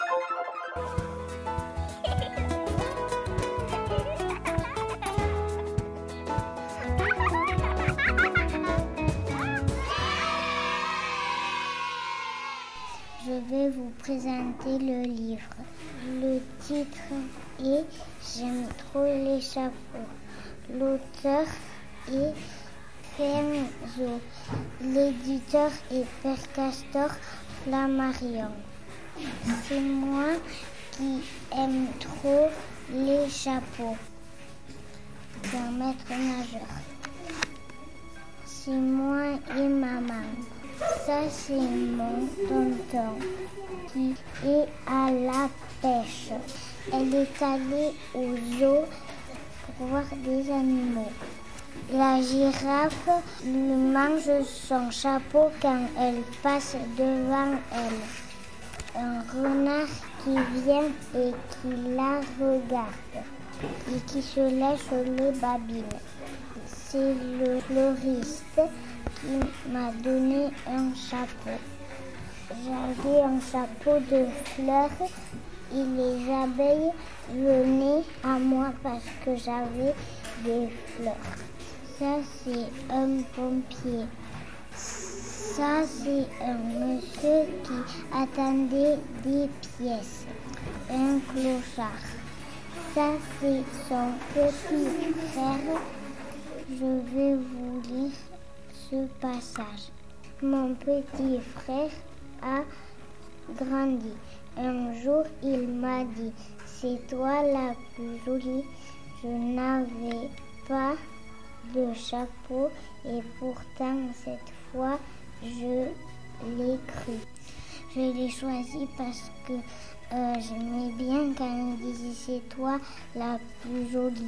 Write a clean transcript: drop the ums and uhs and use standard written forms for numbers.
Je vais vous présenter le livre. Le titre est J'aime trop les chapeaux. L'auteur est Kenzo. L'éditeur est Père Castor Flammarion. C'est moi qui aime trop les chapeaux. C'est un maître nageur. C'est moi et maman. Ça, c'est mon tonton qui est à la pêche. Elle est allée au zoo pour voir des animaux. La girafe lui mange son chapeau quand elle passe devant elle. Un renard qui vient et qui la regarde et qui se lèche les babines. C'est le fleuriste qui m'a donné un chapeau. J'avais un chapeau de fleurs et les abeilles venaient à moi parce que j'avais des fleurs. Ça, c'est un pompier. Ça, c'est un monsieur qui attendait des pièces. Un clochard. Ça, c'est son petit frère. Je vais vous lire ce passage. Mon petit frère a grandi. Un jour, il m'a dit « C'est toi la plus jolie ». Je n'avais pas de chapeau et pourtant cette fois, je l'ai cru. Je l'ai choisi parce que j'aimais bien quand il disait « C'est toi la plus jolie ».